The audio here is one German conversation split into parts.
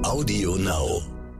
Audio Now.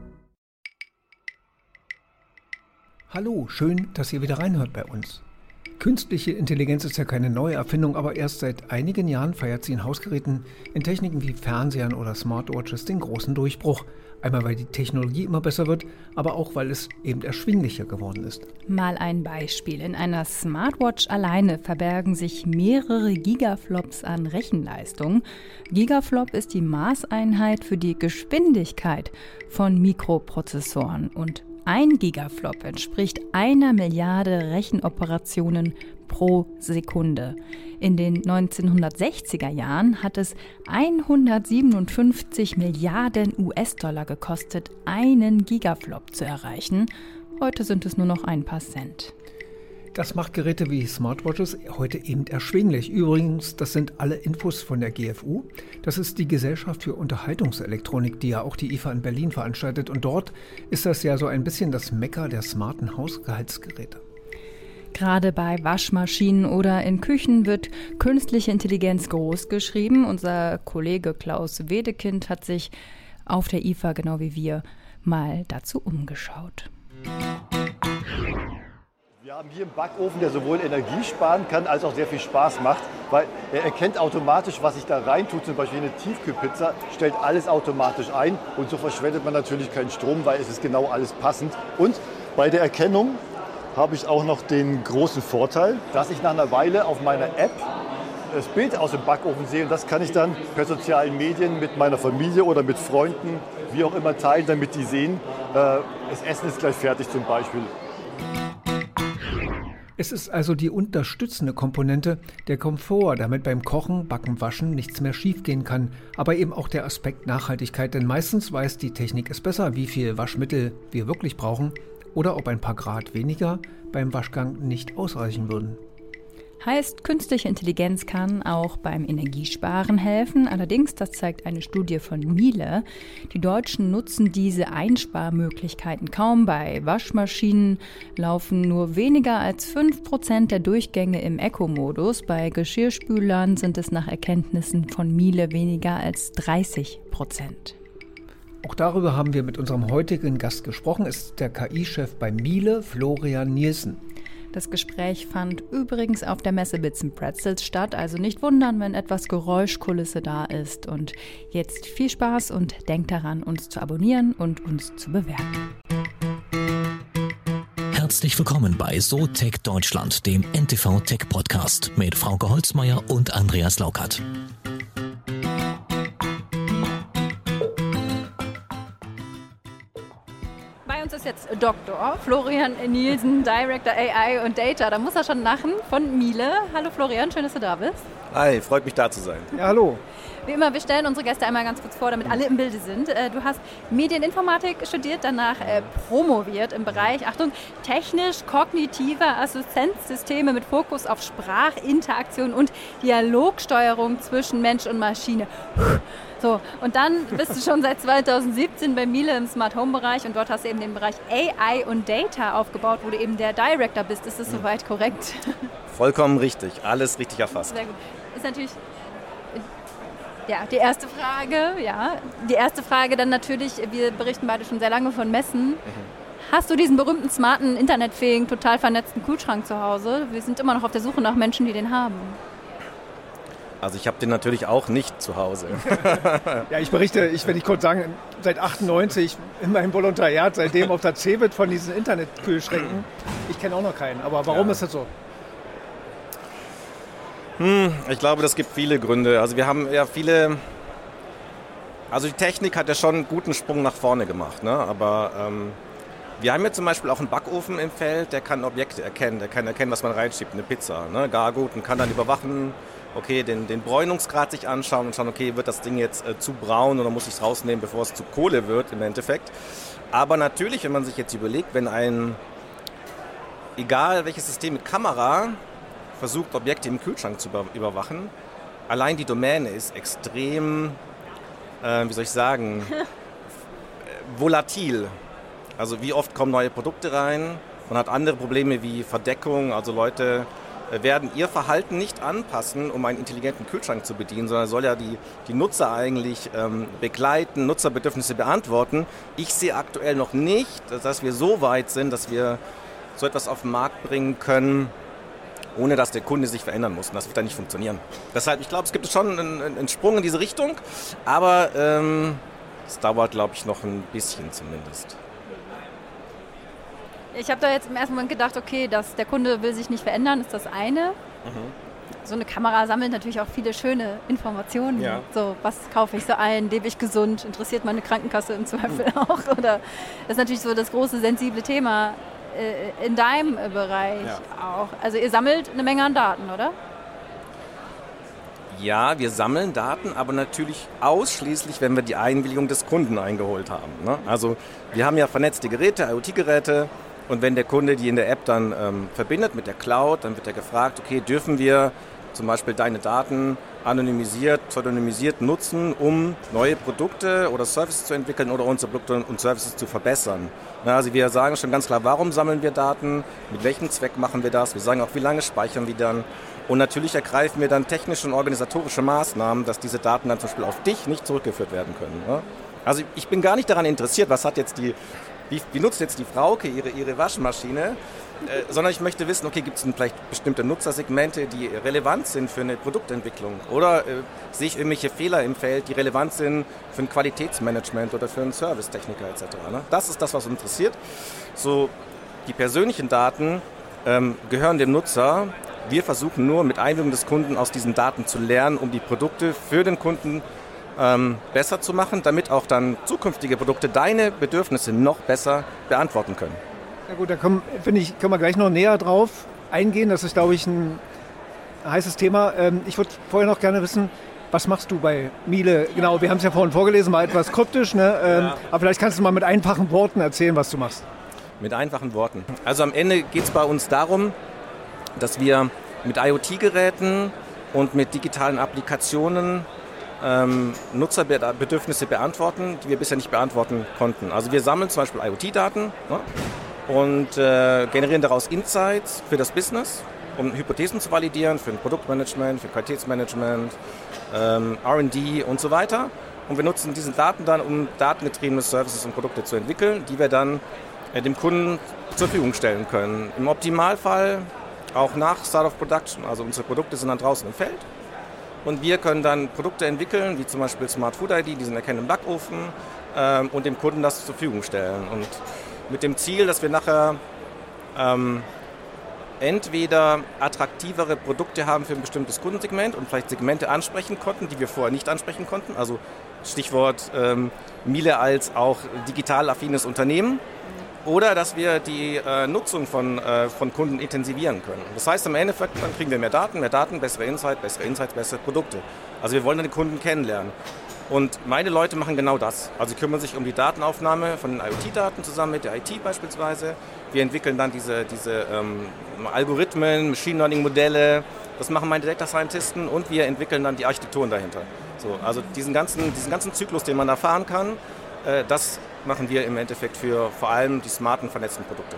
Hallo, schön, dass ihr wieder reinhört bei uns. Künstliche Intelligenz ist ja keine neue Erfindung, aber erst seit einigen Jahren feiert sie in Hausgeräten, in Techniken wie Fernsehern oder Smartwatches den großen Durchbruch. Einmal, weil die Technologie immer besser wird, aber auch, weil es eben erschwinglicher geworden ist. Mal ein Beispiel. In einer Smartwatch alleine verbergen sich mehrere Gigaflops an Rechenleistung. Gigaflop ist die Maßeinheit für die Geschwindigkeit von Mikroprozessoren. Und 1 Gigaflop entspricht 1 Milliarde Rechenoperationen pro Sekunde. In den 1960er Jahren hat es 157 Milliarden US-Dollar gekostet, einen Gigaflop zu erreichen. Heute sind es nur noch ein paar Cent. Das macht Geräte wie Smartwatches heute eben erschwinglich. Übrigens, das sind alle Infos von der GFU. Das ist die Gesellschaft für Unterhaltungselektronik, die ja auch die IFA in Berlin veranstaltet. Und dort ist das ja so ein bisschen das Mekka der smarten Haushaltsgeräte. Gerade bei Waschmaschinen oder in Küchen wird künstliche Intelligenz groß geschrieben. Unser Kollege Klaus Wedekind hat sich auf der IFA, genau wie wir, mal dazu umgeschaut. Wir haben hier einen Backofen, der sowohl Energie sparen kann, als auch sehr viel Spaß macht, weil er erkennt automatisch, was sich da rein tut. Zum Beispiel eine Tiefkühlpizza stellt alles automatisch ein und so verschwendet man natürlich keinen Strom, weil es ist genau alles passend. Und bei der Erkennung habe ich auch noch den großen Vorteil, dass ich nach einer Weile auf meiner App das Bild aus dem Backofen sehe und das kann ich dann per sozialen Medien mit meiner Familie oder mit Freunden, wie auch immer, teilen, damit die sehen, das Essen ist gleich fertig zum Beispiel. Es ist also die unterstützende Komponente, der Komfort, damit beim Kochen, Backen, Waschen nichts mehr schiefgehen kann. Aber eben auch der Aspekt Nachhaltigkeit, denn meistens weiß die Technik es besser, wie viel Waschmittel wir wirklich brauchen oder ob ein paar Grad weniger beim Waschgang nicht ausreichen würden. Heißt, künstliche Intelligenz kann auch beim Energiesparen helfen. Allerdings, das zeigt eine Studie von Miele, die Deutschen nutzen diese Einsparmöglichkeiten kaum. Bei Waschmaschinen laufen nur weniger als 5% der Durchgänge im Eco-Modus. Bei Geschirrspülern sind es nach Erkenntnissen von Miele weniger als 30%. Auch darüber haben wir mit unserem heutigen Gast gesprochen. Es ist der KI-Chef bei Miele, Florian Nielsen. Das Gespräch fand übrigens auf der Messe Bits & Pretzels statt, also nicht wundern, wenn etwas Geräuschkulisse da ist. Und jetzt viel Spaß und denkt daran, uns zu abonnieren und uns zu bewerten. Herzlich willkommen bei So Tech Deutschland, dem NTV Tech Podcast mit Frauke Holzmeier und Andreas Laukert. Das ist jetzt Dr. Florian Nielsen, Director AI und Data. Da muss er schon lachen, von Miele. Hallo Florian, schön, dass du da bist. Hi, freut mich da zu sein. Ja, hallo. Wie immer, wir stellen unsere Gäste einmal ganz kurz vor, damit alle im Bilde sind. Du hast Medieninformatik studiert, danach promoviert im Bereich, Achtung, technisch-kognitive Assistenzsysteme mit Fokus auf Sprachinteraktion und Dialogsteuerung zwischen Mensch und Maschine. So, und dann bist du schon seit 2017 bei Miele im Smart Home Bereich und dort hast du eben den Bereich AI und Data aufgebaut, wo du eben der Director bist. Ist das soweit korrekt? Vollkommen richtig, alles richtig erfasst. Sehr gut. Ist natürlich die erste Frage. Ja, die erste Frage dann natürlich, wir berichten beide schon sehr lange von Messen. Hast du diesen berühmten, smarten, internetfähigen, total vernetzten Kühlschrank zu Hause? Wir sind immer noch auf der Suche nach Menschen, die den haben. Also ich habe den natürlich auch nicht zu Hause. Ja, wenn ich kurz sagen, seit 98 in meinem Volontariat, seitdem auf der CeBIT von diesen Internetkühlschränken. Ich kenne auch noch keinen, aber warum ist das so? Ich glaube, das gibt viele Gründe. Also wir haben ja also die Technik hat ja schon einen guten Sprung nach vorne gemacht, ne? Aber wir haben ja zum Beispiel auch einen Backofen im Feld, der kann Objekte erkennen, der kann erkennen, was man reinschiebt, eine Pizza, ne? Gar gut, und kann dann überwachen, okay, den Bräunungsgrad sich anschauen und schauen, okay, wird das Ding jetzt zu braun oder muss ich es rausnehmen, bevor es zu Kohle wird im Endeffekt. Aber natürlich, wenn man sich jetzt überlegt, wenn egal welches System mit Kamera versucht, Objekte im Kühlschrank zu überwachen, allein die Domäne ist extrem, volatil. Also wie oft kommen neue Produkte rein? Man hat andere Probleme wie Verdeckung, also Leute werden ihr Verhalten nicht anpassen, um einen intelligenten Kühlschrank zu bedienen, sondern soll ja die Nutzer eigentlich begleiten, Nutzerbedürfnisse beantworten. Ich sehe aktuell noch nicht, dass wir so weit sind, dass wir so etwas auf den Markt bringen können, ohne dass der Kunde sich verändern muss. Und das wird dann nicht funktionieren. Deshalb, ich glaube, es gibt schon einen Sprung in diese Richtung, aber es dauert, glaube ich, noch ein bisschen zumindest. Ich habe da jetzt im ersten Moment gedacht, okay, dass der Kunde will sich nicht verändern, ist das eine. So eine Kamera sammelt natürlich auch viele schöne Informationen. Ja. So, was kaufe ich so ein? Lebe ich gesund? Interessiert meine Krankenkasse im Zweifel auch? Oder das ist natürlich so das große, sensible Thema in deinem Bereich auch. Also ihr sammelt eine Menge an Daten, oder? Ja, wir sammeln Daten, aber natürlich ausschließlich, wenn wir die Einwilligung des Kunden eingeholt haben. Ne? Also wir haben ja vernetzte Geräte, IoT-Geräte. Und wenn der Kunde die in der App dann verbindet mit der Cloud, dann wird er gefragt, okay, dürfen wir zum Beispiel deine Daten anonymisiert, pseudonymisiert nutzen, um neue Produkte oder Services zu entwickeln oder unsere Produkte und Services zu verbessern. Also wir sagen schon ganz klar, warum sammeln wir Daten, mit welchem Zweck machen wir das, wir sagen auch, wie lange speichern wir dann. Und natürlich ergreifen wir dann technische und organisatorische Maßnahmen, dass diese Daten dann zum Beispiel auf dich nicht zurückgeführt werden können. Also ich bin gar nicht daran interessiert, was hat jetzt wie nutzt jetzt die Frauke ihre Waschmaschine, sondern ich möchte wissen, okay, gibt es vielleicht bestimmte Nutzersegmente, die relevant sind für eine Produktentwicklung oder sehe ich irgendwelche Fehler im Feld, die relevant sind für ein Qualitätsmanagement oder für einen Servicetechniker etc. Ne? Das ist das, was uns interessiert. So, die persönlichen Daten gehören dem Nutzer. Wir versuchen nur mit Einwilligung des Kunden aus diesen Daten zu lernen, um die Produkte für den Kunden besser zu machen, damit auch dann zukünftige Produkte deine Bedürfnisse noch besser beantworten können. Na gut, da können wir gleich noch näher drauf eingehen. Das ist, glaube ich, ein heißes Thema. Ich würde vorher noch gerne wissen, was machst du bei Miele? Genau, wir haben es ja vorhin vorgelesen, war etwas kryptisch, ne? Aber vielleicht kannst du mal mit einfachen Worten erzählen, was du machst. Mit einfachen Worten. Also am Ende geht es bei uns darum, dass wir mit IoT-Geräten und mit digitalen Applikationen Nutzerbedürfnisse beantworten, die wir bisher nicht beantworten konnten. Also wir sammeln zum Beispiel IoT-Daten, ne, und generieren daraus Insights für das Business, um Hypothesen zu validieren, für ein Produktmanagement, für Qualitätsmanagement, R&D und so weiter. Und wir nutzen diese Daten dann, um datengetriebene Services und Produkte zu entwickeln, die wir dann dem Kunden zur Verfügung stellen können. Im Optimalfall auch nach Start of Production. Also unsere Produkte sind dann draußen im Feld. Und wir können dann Produkte entwickeln, wie zum Beispiel Smart Food ID, diesen erkennenden Backofen, und dem Kunden das zur Verfügung stellen. Und mit dem Ziel, dass wir nachher entweder attraktivere Produkte haben für ein bestimmtes Kundensegment und vielleicht Segmente ansprechen konnten, die wir vorher nicht ansprechen konnten. Also Stichwort Miele als auch digital affines Unternehmen. Oder dass wir die Nutzung von Kunden intensivieren können. Das heißt, im Endeffekt dann kriegen wir mehr Daten, bessere Insights, bessere Produkte. Also wir wollen den Kunden kennenlernen. Und meine Leute machen genau das. Also sie kümmern sich um die Datenaufnahme von den IoT-Daten zusammen mit der IT beispielsweise. Wir entwickeln dann diese Algorithmen, Machine Learning-Modelle. Das machen meine Data Scientisten und wir entwickeln dann die Architekturen dahinter. So, also diesen ganzen Zyklus, den man da fahren kann, das machen wir im Endeffekt für vor allem die smarten, vernetzten Produkte.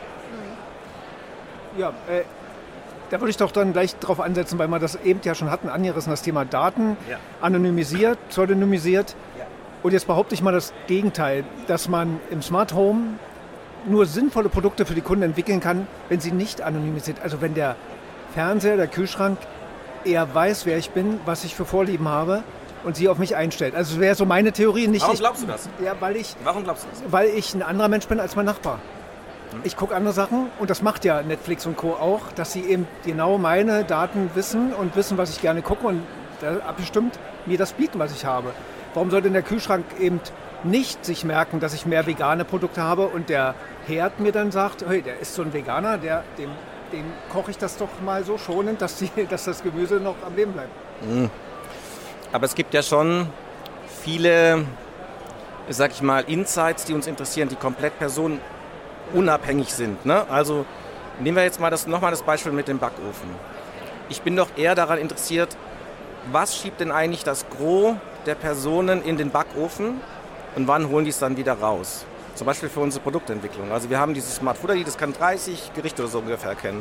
Ja, da würde ich doch dann gleich drauf ansetzen, weil wir das eben ja schon hatten, angerissen, das Thema Daten, anonymisiert, pseudonymisiert. Ja. Und jetzt behaupte ich mal das Gegenteil, dass man im Smart Home nur sinnvolle Produkte für die Kunden entwickeln kann, wenn sie nicht anonymisiert. Also wenn der Fernseher, der Kühlschrank eher weiß, wer ich bin, was ich für Vorlieben habe und sie auf mich einstellt. Also das wäre so meine Theorie. Nicht Warum glaubst du das? Ja, Warum glaubst du das? Weil ich ein anderer Mensch bin als mein Nachbar. Ich gucke andere Sachen und das macht ja Netflix und Co. auch, dass sie eben genau meine Daten wissen und wissen, was ich gerne gucke und bestimmt mir das bieten, was ich habe. Warum soll denn der Kühlschrank eben nicht sich merken, dass ich mehr vegane Produkte habe und der Herd mir dann sagt, hey, der ist so ein Veganer, dem koche ich das doch mal so schonend, dass das Gemüse noch am Leben bleibt. Aber es gibt ja schon viele, sag ich mal, Insights, die uns interessieren, die komplett personenunabhängig sind. Ne? Also nehmen wir jetzt mal nochmal das Beispiel mit dem Backofen. Ich bin doch eher daran interessiert, was schiebt denn eigentlich das Gros der Personen in den Backofen und wann holen die es dann wieder raus? Zum Beispiel für unsere Produktentwicklung. Also wir haben dieses Smart Food ID, das kann 30 Gerichte oder so ungefähr erkennen.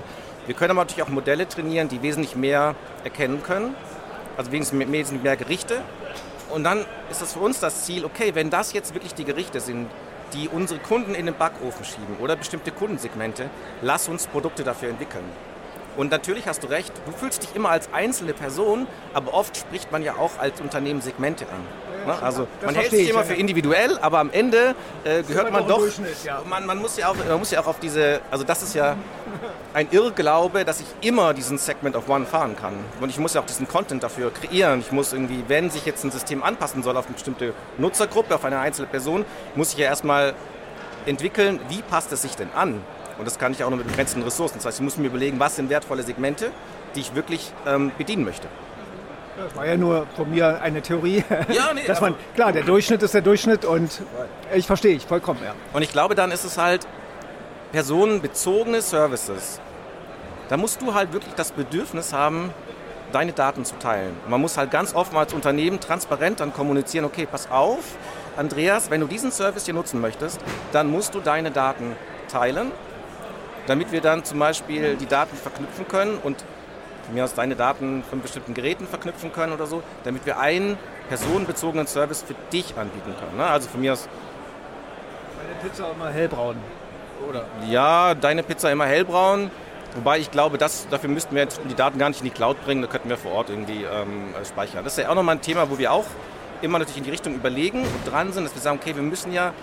Wir können aber natürlich auch Modelle trainieren, die wesentlich mehr erkennen können, also wesentlich mehr Gerichte. Und dann ist das für uns das Ziel, okay, wenn das jetzt wirklich die Gerichte sind, die unsere Kunden in den Backofen schieben oder bestimmte Kundensegmente, lass uns Produkte dafür entwickeln. Und natürlich hast du recht, du fühlst dich immer als einzelne Person, aber oft spricht man ja auch als Unternehmen Segmente an. Ne? Also man hält sich immer für individuell, aber am Ende gehört man doch, man muss ja auch auf diese, also das ist ja ein Irrglaube, dass ich immer diesen Segment of One fahren kann. Und ich muss ja auch diesen Content dafür kreieren. Ich muss irgendwie, wenn sich jetzt ein System anpassen soll auf eine bestimmte Nutzergruppe, auf eine einzelne Person, muss ich ja erstmal entwickeln, wie passt es sich denn an? Und das kann ich auch nur mit begrenzten Ressourcen. Das heißt, ich muss mir überlegen, was sind wertvolle Segmente, die ich wirklich bedienen möchte. Das war ja nur von mir eine Theorie, ja, nee, dass man, klar, der Durchschnitt ist der Durchschnitt und ich verstehe vollkommen. Ja. Und ich glaube, dann ist es halt personenbezogene Services. Da musst du halt wirklich das Bedürfnis haben, deine Daten zu teilen. Man muss halt ganz offen als Unternehmen transparent dann kommunizieren, okay, pass auf, Andreas, wenn du diesen Service hier nutzen möchtest, dann musst du deine Daten teilen, damit wir dann zum Beispiel die Daten verknüpfen können und von mir aus deine Daten von bestimmten Geräten verknüpfen können oder so, damit wir einen personenbezogenen Service für dich anbieten können. Ne? Also von mir aus... Meine Pizza immer hellbraun, oder? Ja, deine Pizza immer hellbraun. Wobei ich glaube, dafür müssten wir die Daten gar nicht in die Cloud bringen, da könnten wir vor Ort irgendwie speichern. Das ist ja auch nochmal ein Thema, wo wir auch immer natürlich in die Richtung überlegen und dran sind, dass wir sagen, okay, wir müssen ja,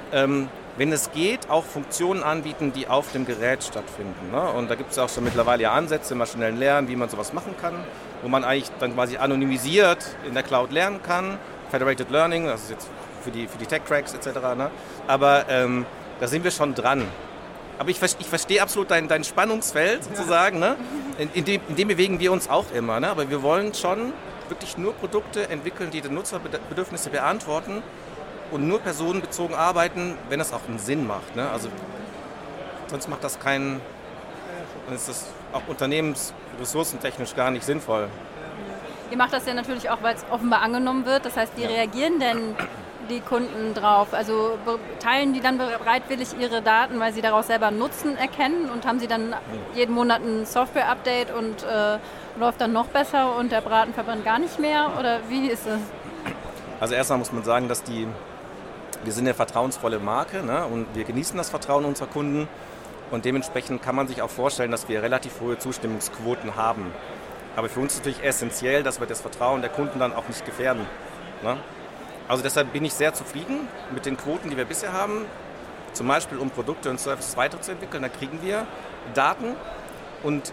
wenn es geht, auch Funktionen anbieten, die auf dem Gerät stattfinden. Ne? Und da gibt es auch schon mittlerweile ja Ansätze im maschinellen Lernen, wie man sowas machen kann, wo man eigentlich dann quasi anonymisiert in der Cloud lernen kann. Federated Learning, das ist jetzt für die Tech-Tracks etc. Ne? Aber da sind wir schon dran. Aber ich verstehe absolut dein Spannungsfeld sozusagen. Ne? In dem bewegen wir uns auch immer. Ne? Aber wir wollen schon wirklich nur Produkte entwickeln, die die Nutzerbedürfnisse beantworten und nur personenbezogen arbeiten, wenn es auch einen Sinn macht. Ne? Also sonst macht das dann ist das auch unternehmensressourcentechnisch gar nicht sinnvoll. Ihr macht das ja natürlich auch, weil es offenbar angenommen wird. Das heißt, wie reagieren denn die Kunden drauf? Also teilen die dann bereitwillig ihre Daten, weil sie daraus selber Nutzen erkennen und haben sie dann jeden Monat ein Software-Update und läuft dann noch besser und der Braten verbrennt gar nicht mehr? Oder wie ist das? Also erstmal muss man sagen, dass wir sind eine vertrauensvolle Marke, ne? Und wir genießen das Vertrauen unserer Kunden und dementsprechend kann man sich auch vorstellen, dass wir relativ hohe Zustimmungsquoten haben. Aber für uns ist natürlich essentiell, dass wir das Vertrauen der Kunden dann auch nicht gefährden. Ne? Also deshalb bin ich sehr zufrieden mit den Quoten, die wir bisher haben. Zum Beispiel, um Produkte und Services weiterzuentwickeln, da kriegen wir Daten. Und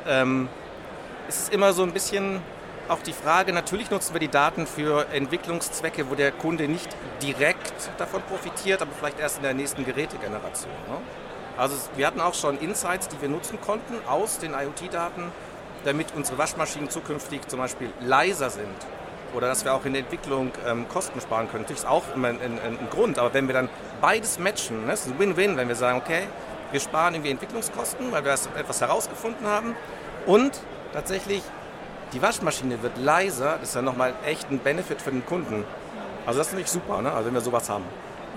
es ist immer so ein bisschen auch die Frage, natürlich nutzen wir die Daten für Entwicklungszwecke, wo der Kunde nicht direkt davon profitiert, aber vielleicht erst in der nächsten Gerätegeneration. Ne? Also wir hatten auch schon Insights, die wir nutzen konnten aus den IoT-Daten, damit unsere Waschmaschinen zukünftig zum Beispiel leiser sind oder dass wir auch in der Entwicklung Kosten sparen können. Natürlich ist auch immer ein Grund, aber wenn wir dann beides matchen, ne, ist ein Win-Win, wenn wir sagen, okay, wir sparen irgendwie Entwicklungskosten, weil wir etwas herausgefunden haben und tatsächlich die Waschmaschine wird leiser, das ist ja nochmal echt ein Benefit für den Kunden. Also das ist natürlich super, ne? Also wenn wir sowas haben.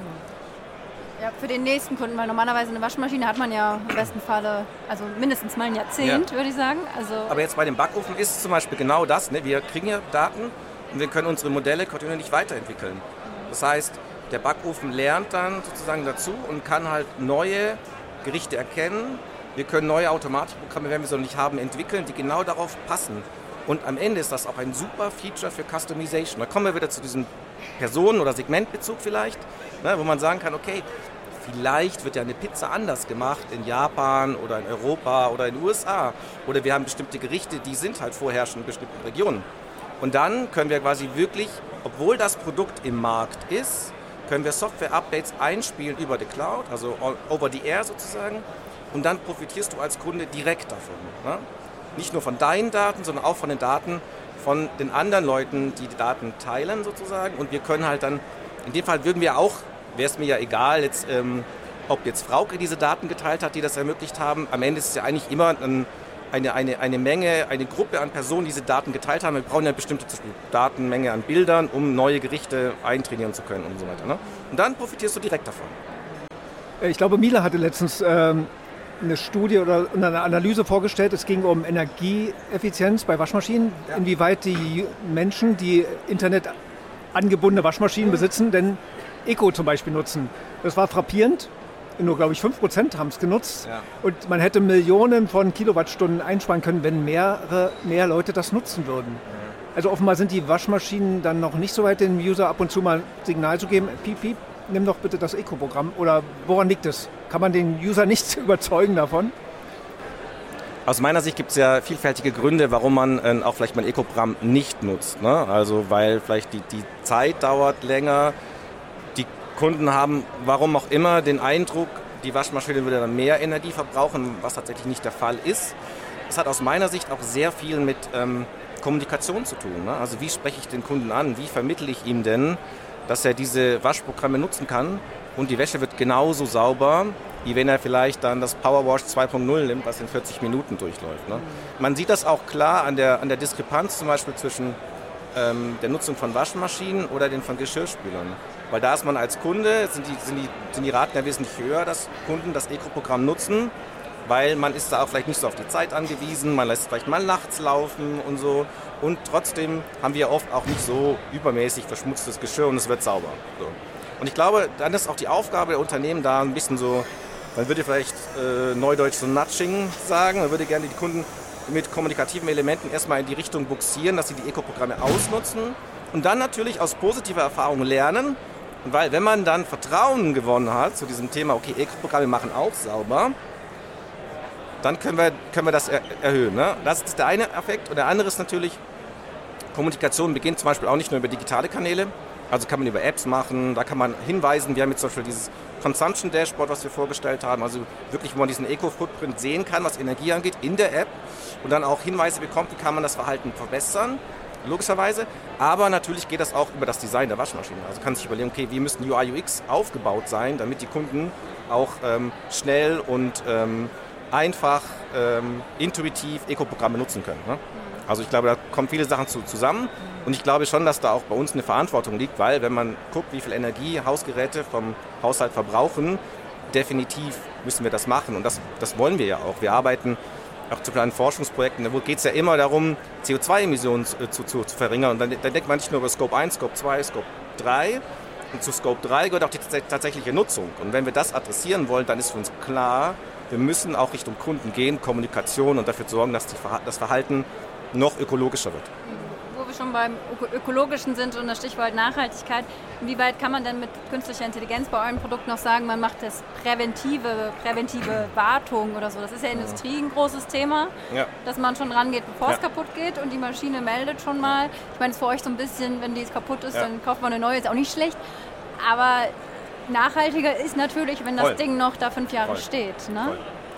Ja, für den nächsten Kunden, weil normalerweise eine Waschmaschine hat man ja im besten Falle, also mindestens mal ein Jahrzehnt, würde ich sagen. Also aber jetzt bei dem Backofen ist es zum Beispiel genau das, ne? Wir kriegen ja Daten und wir können unsere Modelle kontinuierlich weiterentwickeln. Das heißt, der Backofen lernt dann sozusagen dazu und kann halt neue Gerichte erkennen. Wir können neue Automatikprogramme, wenn wir sie noch nicht haben, entwickeln, die genau darauf passen. Und am Ende ist das auch ein super Feature für Customization. Da kommen wir wieder zu diesem Personen- oder Segmentbezug vielleicht, ne, wo man sagen kann, okay, vielleicht wird ja eine Pizza anders gemacht in Japan oder in Europa oder in den USA. Oder wir haben bestimmte Gerichte, die sind halt vorherrschend in bestimmten Regionen. Und dann können wir quasi wirklich, obwohl das Produkt im Markt ist, können wir Software-Updates einspielen über die Cloud, also over the air sozusagen. Und dann profitierst du als Kunde direkt davon. Ne? Nicht nur von deinen Daten, sondern auch von den Daten von den anderen Leuten, die Daten teilen sozusagen. Und wir können halt dann, in dem Fall würden wir auch, wäre es mir ja egal, jetzt, ob jetzt Frauke diese Daten geteilt hat, die das ermöglicht haben. Am Ende ist es ja eigentlich immer eine Menge, eine Gruppe an Personen, die diese Daten geteilt haben. Wir brauchen ja eine bestimmte Datenmenge an Bildern, um neue Gerichte eintrainieren zu können und so weiter. Ne? Und dann profitierst du direkt davon. Ich glaube, Miele hatte letztens eine Studie oder eine Analyse vorgestellt. Es ging um Energieeffizienz bei Waschmaschinen, inwieweit die Menschen, die Internet angebundene Waschmaschinen besitzen, denn Eco zum Beispiel nutzen. Das war frappierend. Nur, glaube ich, 5% haben es genutzt. Ja. Und man hätte Millionen von Kilowattstunden einsparen können, wenn mehr Leute das nutzen würden. Ja. Also offenbar sind die Waschmaschinen dann noch nicht so weit, dem User ab und zu mal ein Signal zu geben, piep, piep, nimm doch bitte das Eco-Programm. Oder woran liegt es? Kann man den User nicht überzeugen davon? Aus meiner Sicht gibt es ja vielfältige Gründe, warum man auch vielleicht mal ein Eco-Programm nicht nutzt. Ne? Also weil vielleicht die Zeit dauert länger. Die Kunden haben, warum auch immer, den Eindruck, die Waschmaschine würde dann mehr Energie verbrauchen, was tatsächlich nicht der Fall ist. Es hat aus meiner Sicht auch sehr viel mit Kommunikation zu tun. Ne? Also wie spreche ich den Kunden an? Wie vermittle ich ihm denn, dass er diese Waschprogramme nutzen kann und die Wäsche wird genauso sauber, wie wenn er vielleicht dann das Powerwash 2.0 nimmt, was in 40 Minuten durchläuft. Ne? Man sieht das auch klar an der Diskrepanz zum Beispiel zwischen der Nutzung von Waschmaschinen oder den von Geschirrspülern. Weil da ist man als Kunde, sind die Raten ja wesentlich höher, dass Kunden das Eco-Programm nutzen, weil man ist da auch vielleicht nicht so auf die Zeit angewiesen, man lässt vielleicht mal nachts laufen und so. Und trotzdem haben wir oft auch nicht so übermäßig verschmutztes Geschirr und es wird sauber. So. Und ich glaube, dann ist auch die Aufgabe der Unternehmen da ein bisschen so, man würde vielleicht neudeutsch so Nudging sagen, man würde gerne die Kunden mit kommunikativen Elementen erstmal in die Richtung buxieren, dass sie die Eco-Programme ausnutzen und dann natürlich aus positiver Erfahrung lernen. Weil wenn man dann Vertrauen gewonnen hat zu diesem Thema, okay, Eco-Programme machen auch sauber, dann können wir das erhöhen. Ne? Das ist der eine Effekt. Und der andere ist natürlich, Kommunikation beginnt zum Beispiel auch nicht nur über digitale Kanäle, also kann man über Apps machen, da kann man hinweisen, wir haben jetzt zum Beispiel dieses Consumption Dashboard, was wir vorgestellt haben, also wirklich, wo man diesen Eco-Footprint sehen kann, was Energie angeht, in der App und dann auch Hinweise bekommt, wie kann man das Verhalten verbessern. Logischerweise, aber natürlich geht das auch über das Design der Waschmaschine. Also kann sich überlegen, okay, wie müssten UI, UX aufgebaut sein, damit die Kunden auch schnell und einfach, intuitiv Eco-Programme nutzen können. Ne? Also ich glaube, da kommen viele Sachen zusammen und ich glaube schon, dass da auch bei uns eine Verantwortung liegt, weil wenn man guckt, wie viel Energie Hausgeräte vom Haushalt verbrauchen, definitiv müssen wir das machen und das wollen wir ja auch. Wir arbeiten auch zu kleinen Forschungsprojekten, da geht es ja immer darum, CO2-Emissionen zu verringern. Und dann denkt man nicht nur über Scope 1, Scope 2, Scope 3. Und zu Scope 3 gehört auch die tatsächliche Nutzung. Und wenn wir das adressieren wollen, dann ist für uns klar, wir müssen auch Richtung Kunden gehen, Kommunikation und dafür sorgen, dass das Verhalten noch ökologischer wird. Wo wir schon beim Ökologischen sind und das Stichwort Nachhaltigkeit, inwieweit kann man denn mit künstlicher Intelligenz bei euren Produkten noch sagen, man macht das präventive Wartung oder so? Das ist ja Industrie ein großes Thema, dass man schon rangeht, bevor es kaputt geht und die Maschine meldet schon mal. Ich meine, es ist für euch so ein bisschen, wenn die kaputt ist, dann kauft man eine neue, ist auch nicht schlecht, aber nachhaltiger ist natürlich, wenn das Ding noch da 5 Jahre steht. Ne?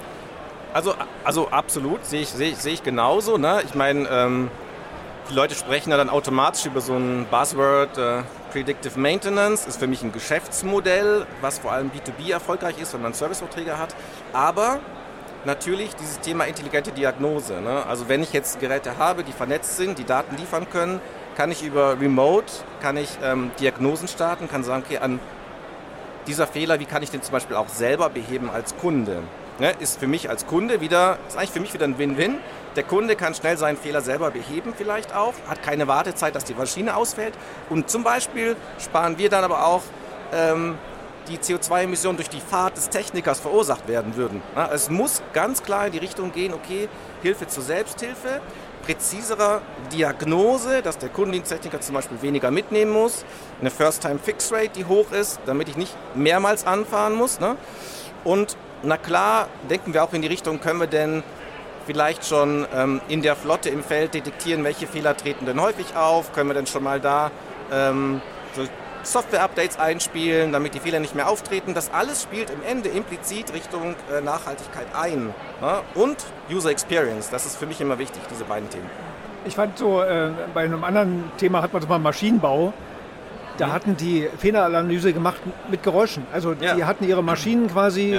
Also absolut, sehe ich genauso. Ne? Ich meine, die Leute sprechen ja dann automatisch über so ein Buzzword, Predictive Maintenance, ist für mich ein Geschäftsmodell, was vor allem B2B erfolgreich ist, wenn man Serviceverträge hat. Aber natürlich dieses Thema intelligente Diagnose. Ne? Also wenn ich jetzt Geräte habe, die vernetzt sind, die Daten liefern können, kann ich über Remote, Diagnosen starten, kann sagen, okay, an dieser Fehler, wie kann ich den zum Beispiel auch selber beheben als Kunde? Ne, ist für mich als Kunde ist eigentlich für mich wieder ein Win-Win. Der Kunde kann schnell seinen Fehler selber beheben vielleicht auch, hat keine Wartezeit, dass die Maschine ausfällt. Und zum Beispiel sparen wir dann aber auch die CO2-Emissionen durch die Fahrt des Technikers verursacht werden würden. Ja, es muss ganz klar in die Richtung gehen, okay, Hilfe zur Selbsthilfe, präziserer Diagnose, dass der Kundendiensttechniker zum Beispiel weniger mitnehmen muss, eine First-Time-Fix-Rate, die hoch ist, damit ich nicht mehrmals anfahren muss. Ne? Und na klar, denken wir auch in die Richtung, können wir denn vielleicht schon in der Flotte im Feld detektieren, welche Fehler treten denn häufig auf, können wir denn schon mal da so Software-Updates einspielen, damit die Fehler nicht mehr auftreten. Das alles spielt im Ende implizit Richtung Nachhaltigkeit ein. Ne? Und User Experience, das ist für mich immer wichtig, diese beiden Themen. Ich fand so, bei einem anderen Thema hat man so mal Maschinenbau, da hatten die Fehleranalyse gemacht mit Geräuschen. Also die hatten ihre Maschinen quasi,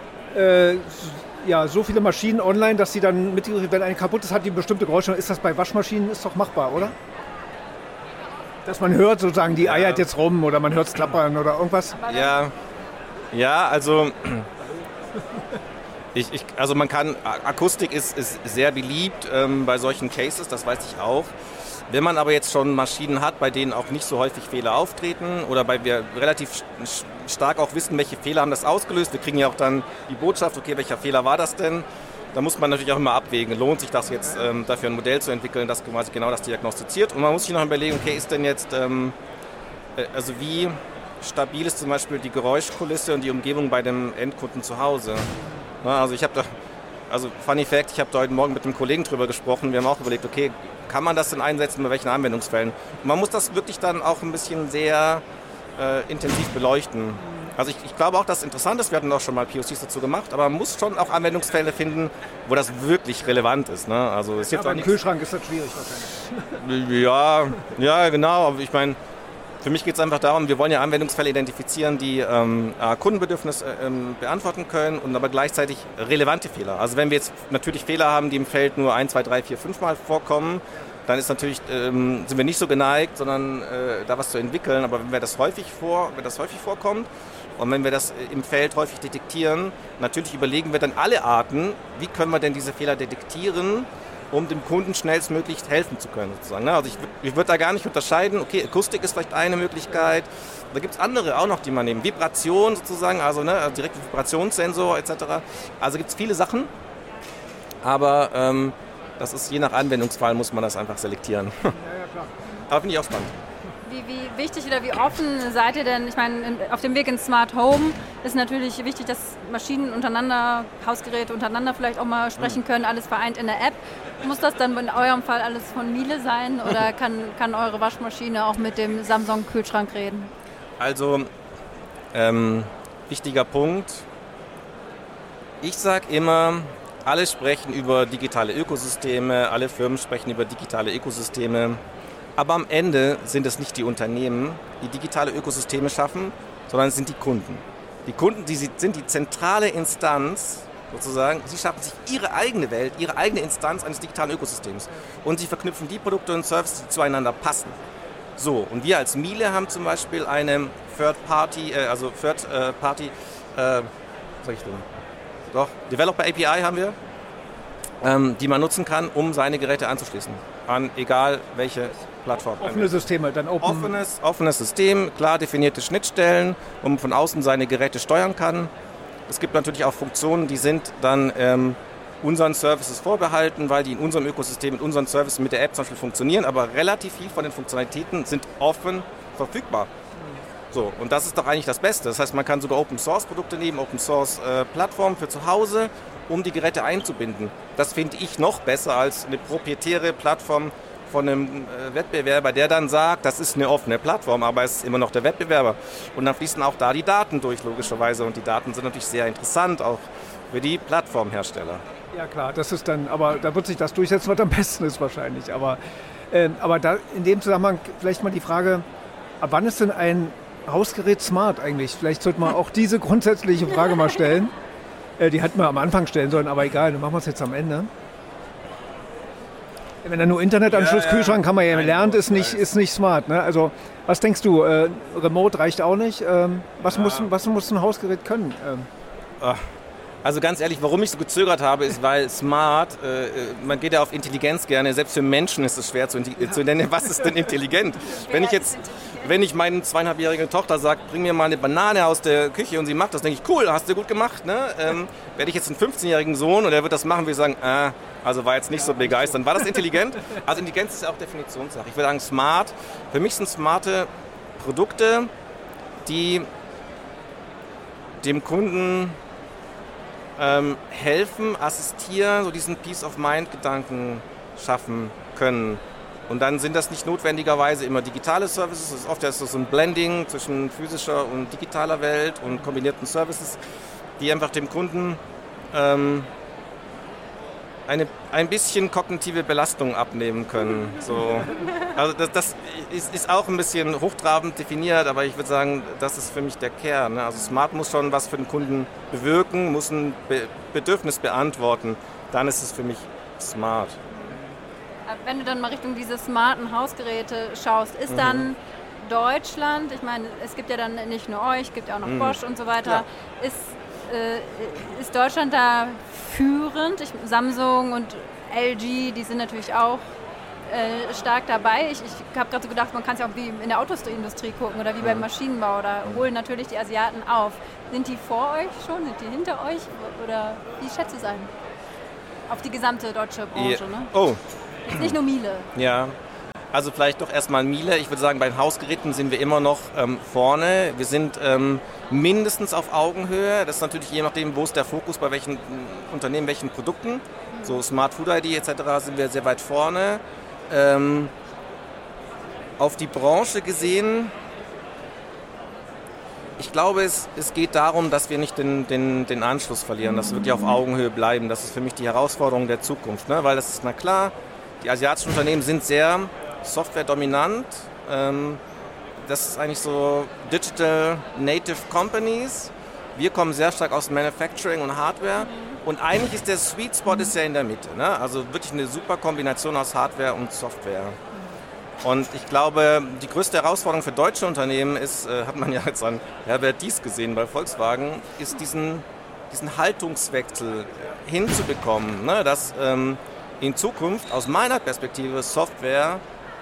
so viele Maschinen online, dass sie dann mitgekriegt, wenn eine kaputt ist, hat die bestimmte Geräusche. Ist das bei Waschmaschinen, ist doch machbar, oder? Dass man hört sozusagen, die eiert jetzt rum oder man hört es klappern oder irgendwas? Ja, also Also man kann, Akustik ist sehr beliebt bei solchen Cases, das weiß ich auch. Wenn man aber jetzt schon Maschinen hat, bei denen auch nicht so häufig Fehler auftreten oder bei wir relativ stark auch wissen, welche Fehler haben das ausgelöst, wir kriegen ja auch dann die Botschaft, okay, welcher Fehler war das denn? Da muss man natürlich auch immer abwägen, lohnt sich das jetzt dafür ein Modell zu entwickeln, das quasi genau das diagnostiziert. Und man muss sich noch überlegen, okay, ist denn jetzt, also wie stabil ist zum Beispiel die Geräuschkulisse und die Umgebung bei dem Endkunden zu Hause? Na, also Funny Fact, ich habe da heute Morgen mit einem Kollegen drüber gesprochen, wir haben auch überlegt, okay, kann man das denn einsetzen, bei welchen Anwendungsfällen? Und man muss das wirklich dann auch ein bisschen sehr intensiv beleuchten. Also ich glaube auch, dass es interessant ist, wir hatten auch schon mal POCs dazu gemacht, aber man muss schon auch Anwendungsfälle finden, wo das wirklich relevant ist. Ne? Also es aber im Kühlschrank ist das schwierig wahrscheinlich. Ja, genau, aber ich meine, für mich geht es einfach darum, wir wollen ja Anwendungsfälle identifizieren, die Kundenbedürfnisse beantworten können und aber gleichzeitig relevante Fehler. Also wenn wir jetzt natürlich Fehler haben, die im Feld nur 1, 2, 3, 4, 5 Mal vorkommen, dann ist natürlich, sind wir nicht so geneigt, sondern da was zu entwickeln. Aber wenn das häufig vorkommt und wenn wir das im Feld häufig detektieren, natürlich überlegen wir dann alle Arten, wie können wir denn diese Fehler detektieren, um dem Kunden schnellstmöglich helfen zu können. Sozusagen. Also ich würde da gar nicht unterscheiden, okay, Akustik ist vielleicht eine Möglichkeit, da gibt es andere auch noch, die man nehmen. Vibration sozusagen, also direkt Vibrationssensor etc. Also gibt es viele Sachen, aber das ist je nach Anwendungsfall, muss man das einfach selektieren. Ja, klar. Aber finde ich auch spannend. Wie wichtig oder wie offen seid ihr denn? Ich meine, auf dem Weg ins Smart Home ist natürlich wichtig, dass Maschinen untereinander, Hausgeräte untereinander vielleicht auch mal sprechen können, alles vereint in der App. Muss das dann in eurem Fall alles von Miele sein oder kann eure Waschmaschine auch mit dem Samsung-Kühlschrank reden? Also, wichtiger Punkt. Ich sage immer, alle sprechen über digitale Ökosysteme, alle Firmen sprechen über digitale Ökosysteme. Aber am Ende sind es nicht die Unternehmen, die digitale Ökosysteme schaffen, sondern es sind die Kunden. Die Kunden, sind die zentrale Instanz, sozusagen. Sie schaffen sich ihre eigene Welt, ihre eigene Instanz eines digitalen Ökosystems. Und sie verknüpfen die Produkte und Services, die zueinander passen. So, und wir als Miele haben zum Beispiel eine Developer API haben wir, die man nutzen kann, um seine Geräte anzuschließen. An egal welche Plattform. Offene Systeme, dann offenes System, klar definierte Schnittstellen, wo man von außen seine Geräte steuern kann. Es gibt natürlich auch Funktionen, die sind dann unseren Services vorbehalten, weil die in unserem Ökosystem, mit unseren Services, mit der App zum Beispiel funktionieren, aber relativ viel von den Funktionalitäten sind offen verfügbar. So, und das ist doch eigentlich das Beste. Das heißt, man kann sogar Open-Source-Produkte nehmen, Open-Source-Plattformen für zu Hause, um die Geräte einzubinden. Das finde ich noch besser als eine proprietäre Plattform von einem Wettbewerber, der dann sagt, das ist eine offene Plattform, aber es ist immer noch der Wettbewerber. Und dann fließen auch da die Daten durch, logischerweise. Und die Daten sind natürlich sehr interessant, auch für die Plattformhersteller. Ja klar, das ist dann, aber da wird sich das durchsetzen, was am besten ist wahrscheinlich. Aber da in dem Zusammenhang vielleicht mal die Frage, ab wann ist denn ein Hausgerät smart eigentlich? Vielleicht sollte man auch diese grundsätzliche Frage mal stellen. Die hätten wir am Anfang stellen sollen, aber egal, dann machen wir es jetzt am Ende. Wenn er nur Internetanschluss, Kühlschrank haben wir ja gelernt, ist nicht smart. Ne? Also was denkst du, Remote reicht auch nicht? Was muss ein Hausgerät können? Also ganz ehrlich, warum ich so gezögert habe, ist, weil smart, man geht ja auf Intelligenz gerne, selbst für Menschen ist es schwer zu nennen, was ist denn intelligent? Wenn ich meinen 2,5-jährigen Tochter sage, bring mir mal eine Banane aus der Küche und sie macht das, denke ich, cool, hast du gut gemacht. Ne? Werde ich jetzt einen 15-jährigen Sohn und er wird das machen, würde ich sagen, also war jetzt nicht so begeistert. War das intelligent? Also Intelligenz ist ja auch Definitionssache. Ich würde sagen, smart, für mich sind smarte Produkte, die dem Kunden helfen, assistieren, so diesen Peace-of-Mind-Gedanken schaffen können. Und dann sind das nicht notwendigerweise immer digitale Services, es ist oft so ein Blending zwischen physischer und digitaler Welt und kombinierten Services, die einfach dem Kunden ein bisschen kognitive Belastung abnehmen können. So. Also das ist auch ein bisschen hochtrabend definiert, aber ich würde sagen, das ist für mich der Kern. Also Smart muss schon was für den Kunden bewirken, muss ein Bedürfnis beantworten. Dann ist es für mich smart. Wenn du dann mal Richtung diese smarten Hausgeräte schaust, ist dann Deutschland, ich meine, es gibt ja dann nicht nur euch, es gibt ja auch noch Bosch und so weiter, ist Deutschland da führend? Samsung und LG, die sind natürlich auch stark dabei. Ich habe gerade so gedacht, man kann es ja auch wie in der Autoindustrie gucken oder wie beim Maschinenbau. Da holen natürlich die Asiaten auf. Sind die vor euch schon? Sind die hinter euch? Oder wie schätzt du es ein? Auf die gesamte deutsche Branche, ne? Oh. Jetzt nicht nur Miele. Ja. Also vielleicht doch erstmal Miele. Ich würde sagen, bei den Hausgeräten sind wir immer noch vorne. Wir sind mindestens auf Augenhöhe. Das ist natürlich je nachdem, wo ist der Fokus, bei welchen Unternehmen, welchen Produkten. So Smart Food ID etc. sind wir sehr weit vorne. Auf die Branche gesehen, ich glaube, es geht darum, dass wir nicht den Anschluss verlieren, dass wir wirklich auf Augenhöhe bleiben. Das ist für mich die Herausforderung der Zukunft. Ne? Weil das ist, na klar, die asiatischen Unternehmen sind sehr software-dominant. Das ist eigentlich so Digital Native Companies. Wir kommen sehr stark aus Manufacturing und Hardware. Und eigentlich ist der Sweet Spot ist ja in der Mitte. Ne? Also wirklich eine super Kombination aus Hardware und Software. Und ich glaube, die größte Herausforderung für deutsche Unternehmen ist, hat man ja jetzt an Herbert Diess gesehen bei Volkswagen, ist diesen Haltungswechsel hinzubekommen. Ne? Dass in Zukunft aus meiner Perspektive Software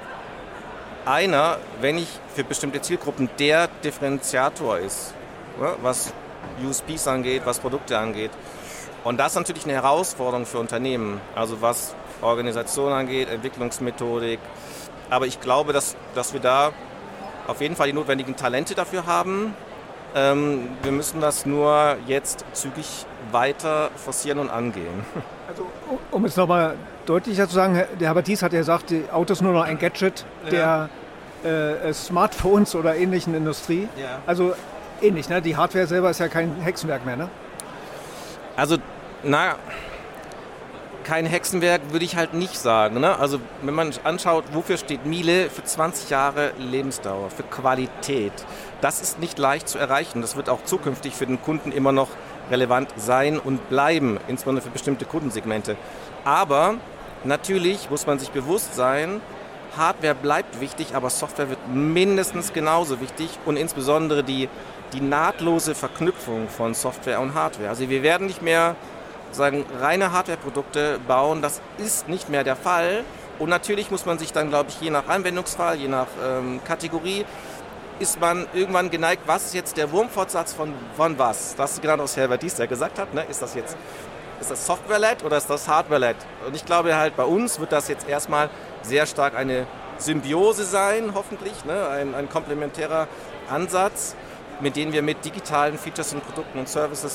wenn ich für bestimmte Zielgruppen der Differenziator ist, ne? Was USPs angeht, was Produkte angeht. Und das ist natürlich eine Herausforderung für Unternehmen, also was Organisation angeht, Entwicklungsmethodik. Aber ich glaube, dass wir da auf jeden Fall die notwendigen Talente dafür haben. Wir müssen das nur jetzt zügig weiter forcieren und angehen. Also, um es nochmal deutlicher zu sagen, der Herbert Diess hat ja gesagt, die Auto ist nur noch ein Gadget der Smartphones oder ähnlichen Industrie. Ja. Also ähnlich, ne? Die Hardware selber ist ja kein Hexenwerk mehr, ne? Also, kein Hexenwerk würde ich halt nicht sagen. Ne? Also, wenn man anschaut, wofür steht Miele? Für 20 Jahre Lebensdauer, für Qualität. Das ist nicht leicht zu erreichen. Das wird auch zukünftig für den Kunden immer noch relevant sein und bleiben, insbesondere für bestimmte Kundensegmente. Aber natürlich muss man sich bewusst sein, Hardware bleibt wichtig, aber Software wird mindestens genauso wichtig und insbesondere die nahtlose Verknüpfung von Software und Hardware. Also wir werden nicht mehr reine Hardware-Produkte bauen, das ist nicht mehr der Fall. Und natürlich muss man sich dann, glaube ich, je nach Anwendungsfall, je nach Kategorie, ist man irgendwann geneigt, was ist jetzt der Wurmfortsatz von was? Das ist genau, was Herbert Diess ja gesagt hat. Ne? Ist das Software-led oder ist das Hardware-led? Und ich glaube halt, bei uns wird das jetzt erstmal sehr stark eine Symbiose sein, hoffentlich, ne? Ein komplementärer Ansatz, mit denen wir mit digitalen Features und Produkten und Services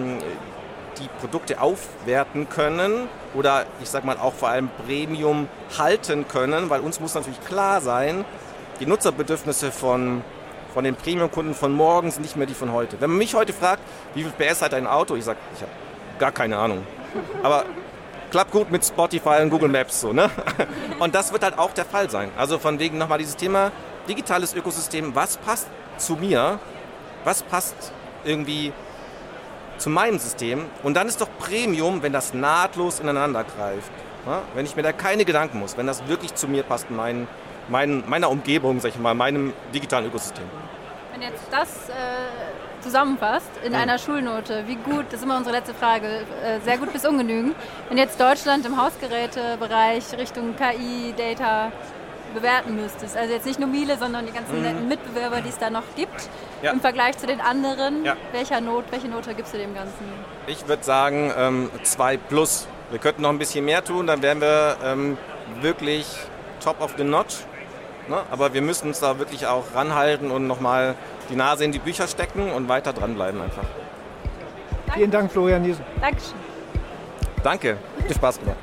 die Produkte aufwerten können oder ich sag mal auch vor allem Premium halten können, weil uns muss natürlich klar sein, die Nutzerbedürfnisse von den Premium-Kunden von morgen sind nicht mehr die von heute. Wenn man mich heute fragt, wie viel PS hat ein Auto, ich sage, ich habe gar keine Ahnung. Aber klappt gut mit Spotify und Google Maps so, ne? Und das wird halt auch der Fall sein. Also von wegen nochmal dieses Thema digitales Ökosystem, was passt zu mir, was passt irgendwie zu meinem System und dann ist doch Premium, wenn das nahtlos ineinander greift. Ja? Wenn ich mir da keine Gedanken muss, wenn das wirklich zu mir passt, meiner Umgebung, sag ich mal, meinem digitalen Ökosystem. Wenn jetzt das zusammenfasst in einer Schulnote, wie gut, das ist immer unsere letzte Frage, sehr gut bis ungenügend, wenn jetzt Deutschland im Hausgerätebereich Richtung KI, Data bewerten müsstest, also jetzt nicht nur Miele, sondern die ganzen netten Mitbewerber, die es da noch gibt, im Vergleich zu den anderen, welche Note gibst du dem Ganzen? Ich würde sagen 2+. Wir könnten noch ein bisschen mehr tun, dann wären wir wirklich top of the notch. Ne? Aber wir müssen uns da wirklich auch ranhalten und nochmal die Nase in die Bücher stecken und weiter dranbleiben einfach. Danke. Vielen Dank, Florian Niesen. Dankeschön. Danke, viel Spaß gemacht.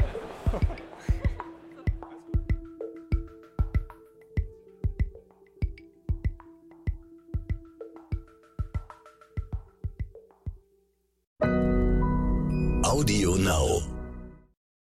Audio Now.